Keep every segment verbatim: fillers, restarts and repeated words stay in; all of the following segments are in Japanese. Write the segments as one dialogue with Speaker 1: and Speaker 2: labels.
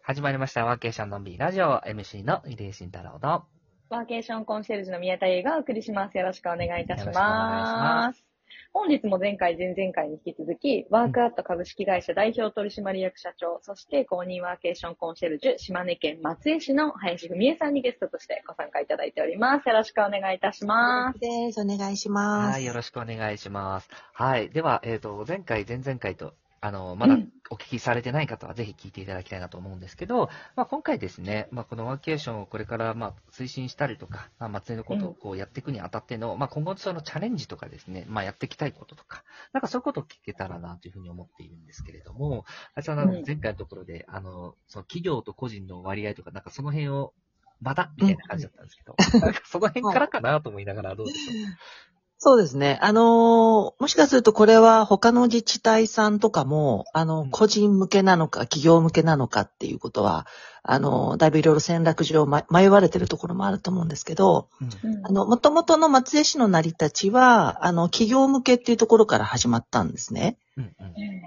Speaker 1: 始まりました。ワーケーションのんびりラジオ エムシー の入江慎太郎の
Speaker 2: ワーケーションコンシェルジュの宮田優がお送りします。よろしくお願いいたし
Speaker 1: よろしくお願いしま
Speaker 2: ます。本日も前回、前々回に引き続き、ワークアット株式会社代表取締役社長、そして公認ワーケーションコンシェルジュ、島根県松江市の林文江さんにゲストとしてご参加いただいております。よろしくお願いいたします。
Speaker 3: です。お願いします。
Speaker 1: はい、よろしくお願いします。はい。では、えっと、前回、前々回と、あの、まだお聞きされてない方はぜひ聞いていただきたいなと思うんですけど、まあ、今回ですね、まあ、このワーケーションをこれから、まあ、推進したりとか、まあ、松江のことをこうやっていくにあたっての、まあ、今後そのチャレンジとかですね、まあ、やっていきたいこととか、なんかそういうことを聞けたらなというふうに思っているんですけれども、その前回のところで、あの、その企業と個人の割合とか、なんかその辺を、まだみたいな感じだったんですけど、なんかその辺からかなと思いながらどうでしょう。
Speaker 3: そうですね。あのー、もしかするとこれは他の自治体さんとかも、あの、
Speaker 1: うん、
Speaker 3: 個人向けなのか、企業向けなのかっていうことは、あの、だいぶいろいろ戦略上、ま、迷われてるところもあると思うんですけど、
Speaker 1: うん、
Speaker 3: あの、元々の松江市の成り立ちは、あの、企業向けっていうところから始まったんですね。
Speaker 1: うん、うん、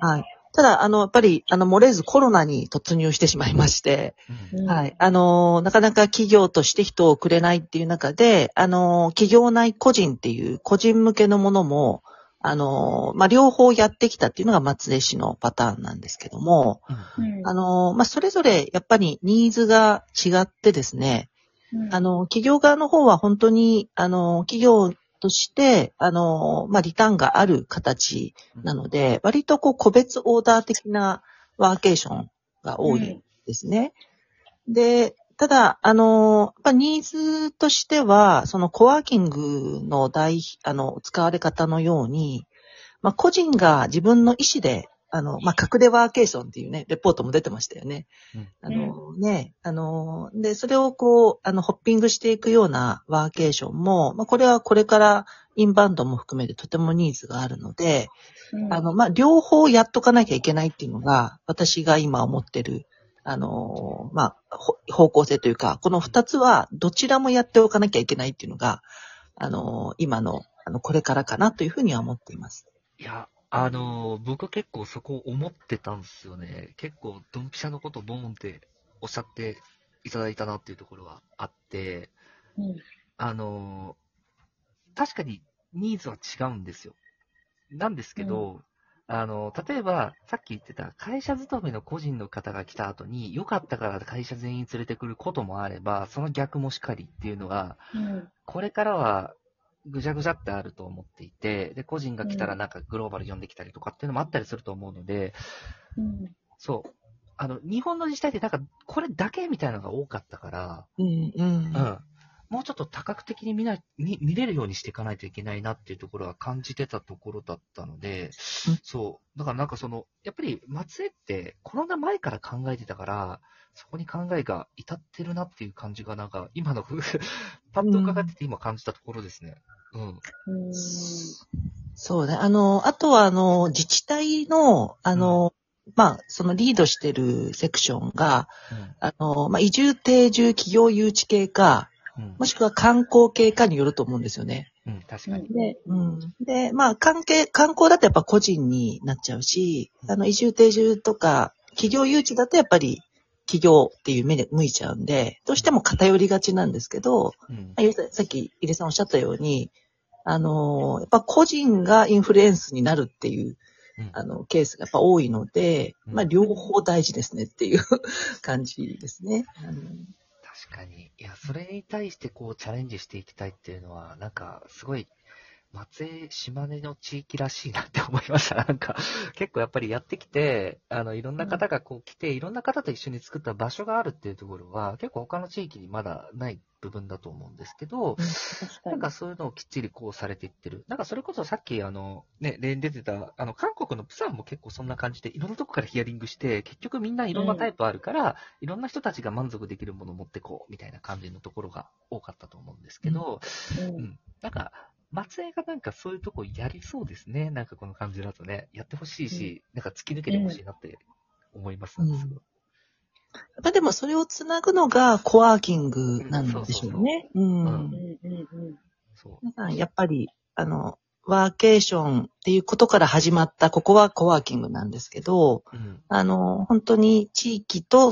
Speaker 3: はい。ただ、あの、やっぱり、あの、漏れずコロナに突入してしまいまして、
Speaker 1: うん、
Speaker 3: はい。あの、なかなか企業として人をくれないっていう中で、あの、企業内個人っていう個人向けのものも、あの、まあ、両方やってきたっていうのが松江市のパターンなんですけども、
Speaker 1: うん、
Speaker 3: あの、まあ、それぞれやっぱりニーズが違ってですね、あの、企業側の方は本当に、あの、企業として、あの、まあ、リターンがある形なので、割とこう、個別オーダー的なワーケーションが多いですね。で、ただ、あの、やっぱニーズとしては、そのコワーキングの大、あの、使われ方のように、まあ、個人が自分の意思で、あの、まあ、隠れワーケーションっていうね、レポートも出てましたよね。
Speaker 1: うん、
Speaker 3: あのね、あの、で、それをこう、あの、ホッピングしていくようなワーケーションも、まあ、これはこれからインバウンドも含めてとてもニーズがあるので、あの、まあ、両方やっとかなきゃいけないっていうのが、私が今思ってる、あの、まあ、方向性というか、この二つはどちらもやっておかなきゃいけないっていうのが、あの、今の、あの、これからかなというふうには思っています。
Speaker 1: いや、あのー、僕結構そこ思ってたんですよね。結構ドンピシャのことボーンっておっしゃっていただいたなっていうところはあって、
Speaker 2: うん、
Speaker 1: あのー、確かにニーズは違うんですよ。なんですけど、うん、あの、例えば、さっき言ってた会社勤めの個人の方が来た後に、良かったから会社全員連れてくることもあれば、その逆もしかりっていうのが、うん、これからはぐちゃぐちゃってあると思っていて、で、個人が来たらなんかグローバル呼んできたりとかっていうのもあったりすると思うので、うん、そう。あの、日本の自治体ってなんか、これだけみたいなのが多かったから、
Speaker 3: うん、うん。うん
Speaker 1: もうちょっと多角的に見ない、見、見れるようにしていかないといけないなっていうところは感じてたところだったので、うん、そう。だからなんかその、やっぱり松江ってコロナ前から考えてたから、そこに考えが至ってるなっていう感じがなんか、今のパッと伺ってて今感じたところですね。うん。うん、
Speaker 3: そうね。あの、あとはあの、自治体の、あの、うん、まあ、そのリードしてるセクションが、うん、あの、まあ、移住定住企業誘致系か、うん、もしくは観光系かによると思うんですよね。
Speaker 1: うん、確かに。
Speaker 3: で、うん。で、まあ、関係、観光だとやっぱ個人になっちゃうし、あの、移住定住とか、企業誘致だとやっぱり企業っていう目で向いちゃうんで、どうしても偏りがちなんですけど、うん、さっき入江さんおっしゃったように、あの、やっぱ個人がインフルエンスになるっていう、うん、あの、ケースがやっぱ多いので、うん、まあ、両方大事ですねっていう感じですね。あの
Speaker 1: 確かに。いや、それに対してこうチャレンジしていきたいっていうのは、なんかすごい、松江、島根の地域らしいなって思いました。なんか、結構やっぱりやってきて、あの、いろんな方がこう来て、いろんな方と一緒に作った場所があるっていうところは、結構他の地域にまだない部分だと思うんですけど、うん、なんかそういうのをきっちりこうされていってる。なんかそれこそさっきあの、ね、例に出てた、あの、韓国のプサンも結構そんな感じで、いろんなとこからヒアリングして、結局みんないろんなタイプあるから、うん、いろんな人たちが満足できるものを持ってこう、みたいな感じのところが多かったと思うんですけど、うん、うん、なんか、松江がなんかそういうとこやりそうですね。なんかこの感じだとね、やってほしいし、うん、なんか突き抜けてほしいなって思います。うん、すごい。
Speaker 3: やっぱでもそれをつなぐのがコワーキングなんでしょうね。うん。皆さんやっぱり、あの、ワーケーションっていうことから始まった、ここはコワーキングなんですけど、うん、あの、本当に地域とその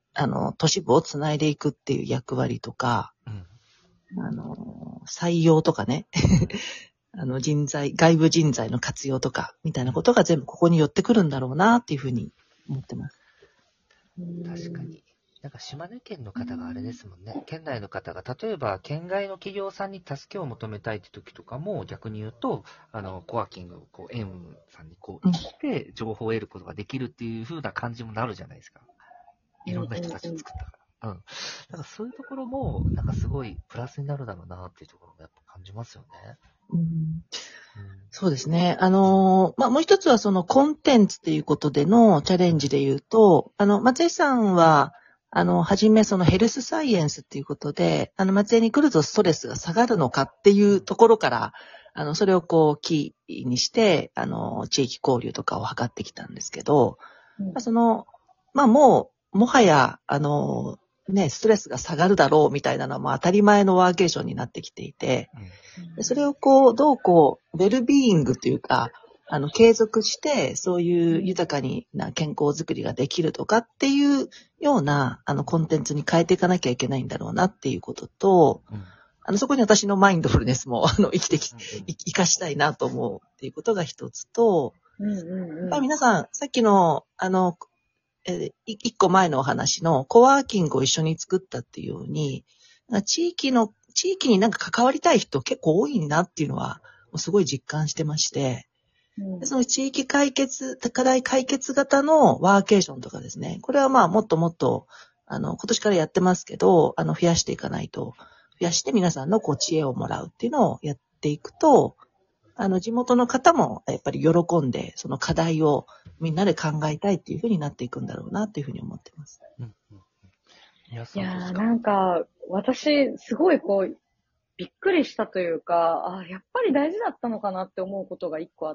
Speaker 3: あの、都市部をつないでいくっていう役割とか、
Speaker 1: うん。
Speaker 3: あの、採用とかね、あの、人材、外部人材の活用とか、みたいなことが全部ここに寄ってくるんだろうな、っていうふうに思ってます。
Speaker 1: 確かに。なんか島根県の方があれですもんね。県内の方が、例えば県外の企業さんに助けを求めたいって時とかも、逆に言うと、あの、コワーキングをこう、エムさんにこう、行って情報を得ることができるっていう風な感じもなるじゃないですか。いろんな人たちを作ったから。うん。だからそういうところも、なんかすごいプラスになるだろうなっていうところもやっぱ感じますよね。
Speaker 3: うん、
Speaker 1: うん、
Speaker 3: そうですね。あのー、まあ、もう一つはそのコンテンツっていうことでのチャレンジで言うと、あの、松江さんは、あの、はじめそのヘルスサイエンスっていうことで、あの、松江に来るとストレスが下がるのかっていうところから、あの、それをこう、キーにして、あの、地域交流とかを図ってきたんですけど、
Speaker 2: うん
Speaker 3: まあ、その、まあ、もう、もはや、あの、ね、ストレスが下がるだろうみたいなのはもう当たり前のワーケーションになってきていて、でそれをこう、どうこう、ウェルビーイングというか、あの、継続して、そういう豊かにな健康づくりができるとかっていうような、あの、コンテンツに変えていかなきゃいけないんだろうなっていうことと、
Speaker 1: うん、
Speaker 3: あの、そこに私のマインドフルネスも、あの、生きてき、
Speaker 1: うん、
Speaker 3: 生かしたいなと思うっていうことが一つと、
Speaker 2: うんうんうん
Speaker 3: やっぱり皆さん、さっきの、あの、えーい一個前のお話のコワーキングを一緒に作ったっていうように、地域の、地域になんか関わりたい人結構多いなっていうのは、もうすごい実感してまして、
Speaker 2: うん
Speaker 3: でその地域解決、課題解決型のワーケーションとかですね、これはまあもっともっと、あの、今年からやってますけど、あの、増やしていかないと、増やして皆さんのこう知恵をもらうっていうのをやっていくと、あの、地元の方もやっぱり喜んで、その課題をみんなで考えたいっていうふうになっていくんだろうなっていうふうに思ってます。
Speaker 1: うん、うん。いや、
Speaker 2: い
Speaker 1: そうですか。
Speaker 2: やーなんか、私、すごいこう、びっくりしたというか、あ、やっぱり大事だったのかなって思うことが一個あって、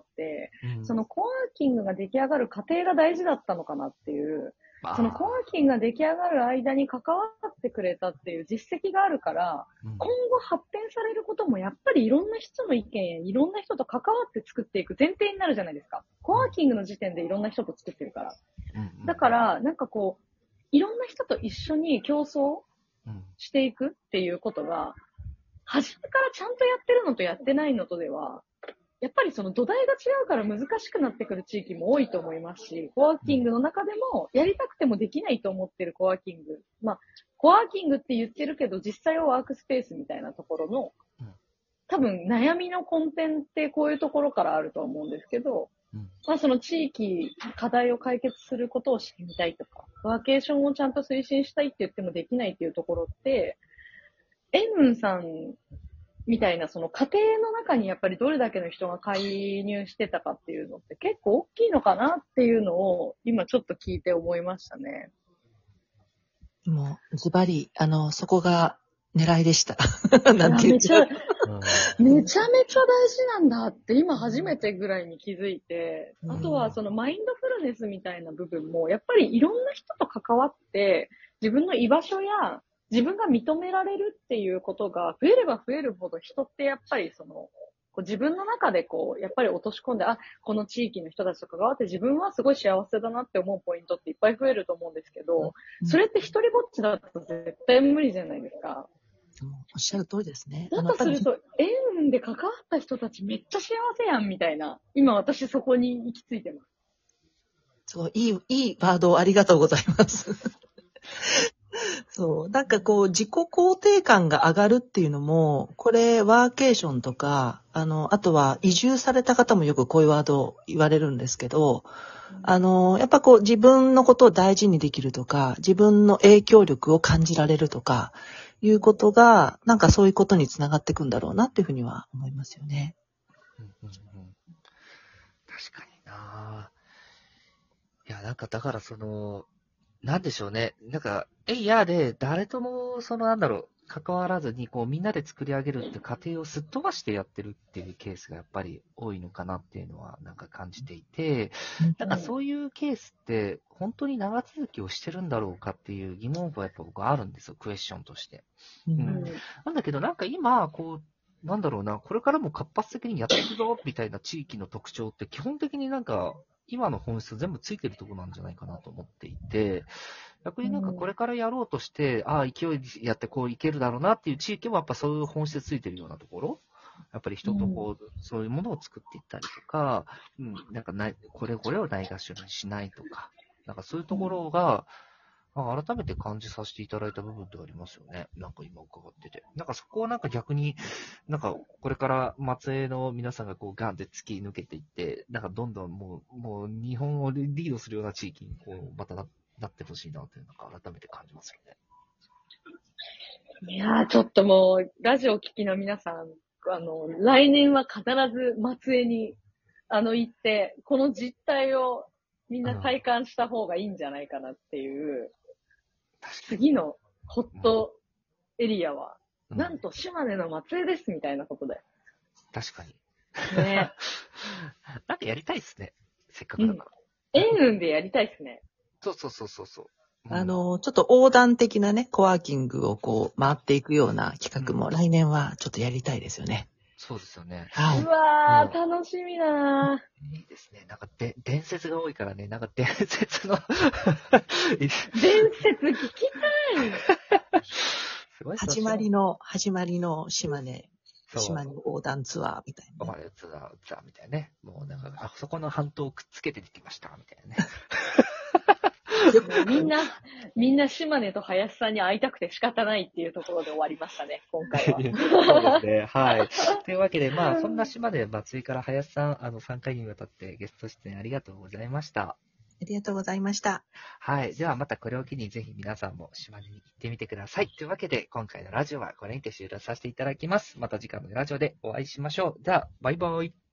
Speaker 1: うん、
Speaker 2: そのコワーキングが出来上がる過程が大事だったのかなっていう、そのコワーキングが出来上がる間に関わってくれたっていう実績があるから、
Speaker 1: うん、
Speaker 2: 今後発展されることもやっぱりいろんな人の意見やいろんな人と関わって作っていく前提になるじゃないですか。コワーキングの時点でいろんな人と作ってるから。
Speaker 1: うん、
Speaker 2: だから、なんかこう、いろんな人と一緒に競争
Speaker 1: うん、
Speaker 2: していくっていうことが、初めからちゃんとやってるのとやってないのとでは、やっぱりその土台が違うから難しくなってくる地域も多いと思いますし、コワーキングの中でもやりたくてもできないと思ってるコワーキング。まあ、コワーキングって言ってるけど、実際はワークスペースみたいなところの、多分悩みの根底ってこういうところからあると思うんですけど、まあその地域、課題を解決することをしてみたいとか、ワーケーションをちゃんと推進したいって言ってもできないっていうところって、エムンさんみたいなその家庭の中にやっぱりどれだけの人が介入してたかっていうのって結構大きいのかなっていうのを今ちょっと聞いて思いましたね。
Speaker 3: もう、ズバリ、あの、そこが狙いでした。なんて言っちゃう。
Speaker 2: めちゃめちゃ大事なんだって今初めてぐらいに気づいて、あとはそのマインドフルネスみたいな部分もやっぱりいろんな人と関わって自分の居場所や自分が認められるっていうことが増えれば増えるほど人ってやっぱりそのこう自分の中でこうやっぱり落とし込んで、あ、この地域の人たちと関わって自分はすごい幸せだなって思うポイントっていっぱい増えると思うんですけど、それって一人ぼっちだと絶対無理じゃないですか。
Speaker 3: おっしゃる通りですね。
Speaker 2: だとすると、縁で関わった人たちめっちゃ幸せやんみたいな。今私そこに行き着いてます。
Speaker 3: そう、いい、いいワードをありがとうございます。そう。なんかこう、自己肯定感が上がるっていうのも、これ、ワーケーションとか、あの、あとは移住された方もよくこういうワードを言われるんですけど、あの、やっぱこう、自分のことを大事にできるとか、自分の影響力を感じられるとか、いうことが、なんかそういうことにつながっていくんだろうなっていうふうには思いますよね。
Speaker 1: うんうんうん、確かにな。いや、なんかだからその、なんでしょうね。なんか、えいやで、誰とも、そのなんだろう、関わらずに、こう、みんなで作り上げるって過程をすっ飛ばしてやってるっていうケースがやっぱり多いのかなっていうのは、なんか感じていて、なんかそういうケースって、本当に長続きをしてるんだろうかっていう疑問符はやっぱ僕はあるんですよ、クエスチョンとして。
Speaker 3: う
Speaker 1: うんん。なんだけど、なんか今、こう、なんだろうな、これからも活発的にやっていくぞ、みたいな地域の特徴って基本的になんか、今の本質全部ついてるところなんじゃないかなと思っていて、 逆になんかこれからやろうとして、うん、ああ、勢いやってこういけるだろうなっていう地域もやっぱそういう本質ついてるようなところ、やっぱり人とこう、うん、そういうものを作っていったりとか、うん、なんかない、これこれをないがしろにしないとか、なんかそういうところが、まあ、改めて感じさせていただいた部分ではありますよね。なんか今伺ってて。なんかそこはなんか逆に、なんかこれから松江の皆さんがこうガンって突き抜けていって、なんかどんどんもう、もう日本をリードするような地域にこう、また な, なってほしいなというのが改めて感じますよ
Speaker 2: ね。いやー、ちょっともう、ラジオ聞きの皆さん、あの、来年は必ず松江に、あの、行って、この実態をみんな体感した方がいいんじゃないかなっていう、うん次のホットエリアは、うん、なんと島根の松江ですみたいなことで。
Speaker 1: 確かに。
Speaker 2: ね
Speaker 1: なんかやりたいっすね。せっかくだから。
Speaker 2: うん、円運でやりたいっすね。
Speaker 1: そうそうそうそうそう。
Speaker 3: うん、あの、ちょっと横断的なね、コワーキングをこう回っていくような企画も来年はちょっとやりたいですよね。
Speaker 1: そうですよね。
Speaker 3: はい。
Speaker 2: うわー、楽しみだな
Speaker 1: いいですね。なんかで、伝説が多いからね、なんか伝説の
Speaker 2: 伝説聞きたい
Speaker 1: すごい
Speaker 3: 始まりの、始まりの島根、島根横断ツアーみたいな、
Speaker 1: ね。横断ツアー、ツアーみたいなね。もうなんか、あそこの半島をくっつけてできました、みたいなね。
Speaker 2: みんな、みんな島根と林さんに会いたくて仕方ないっていうところで終わりましたね、今回は。
Speaker 1: そうですね。はい。というわけで、まあ、そんな島根松井から林さん、あの、さんかいにわたってゲスト出演ありがとうございました。
Speaker 3: ありがとうございました。
Speaker 1: はい。では、またこれを機にぜひ皆さんも島根に行ってみてください。というわけで、今回のラジオはこれにて終了させていただきます。また次回のラジオでお会いしましょう。では、バイバイ。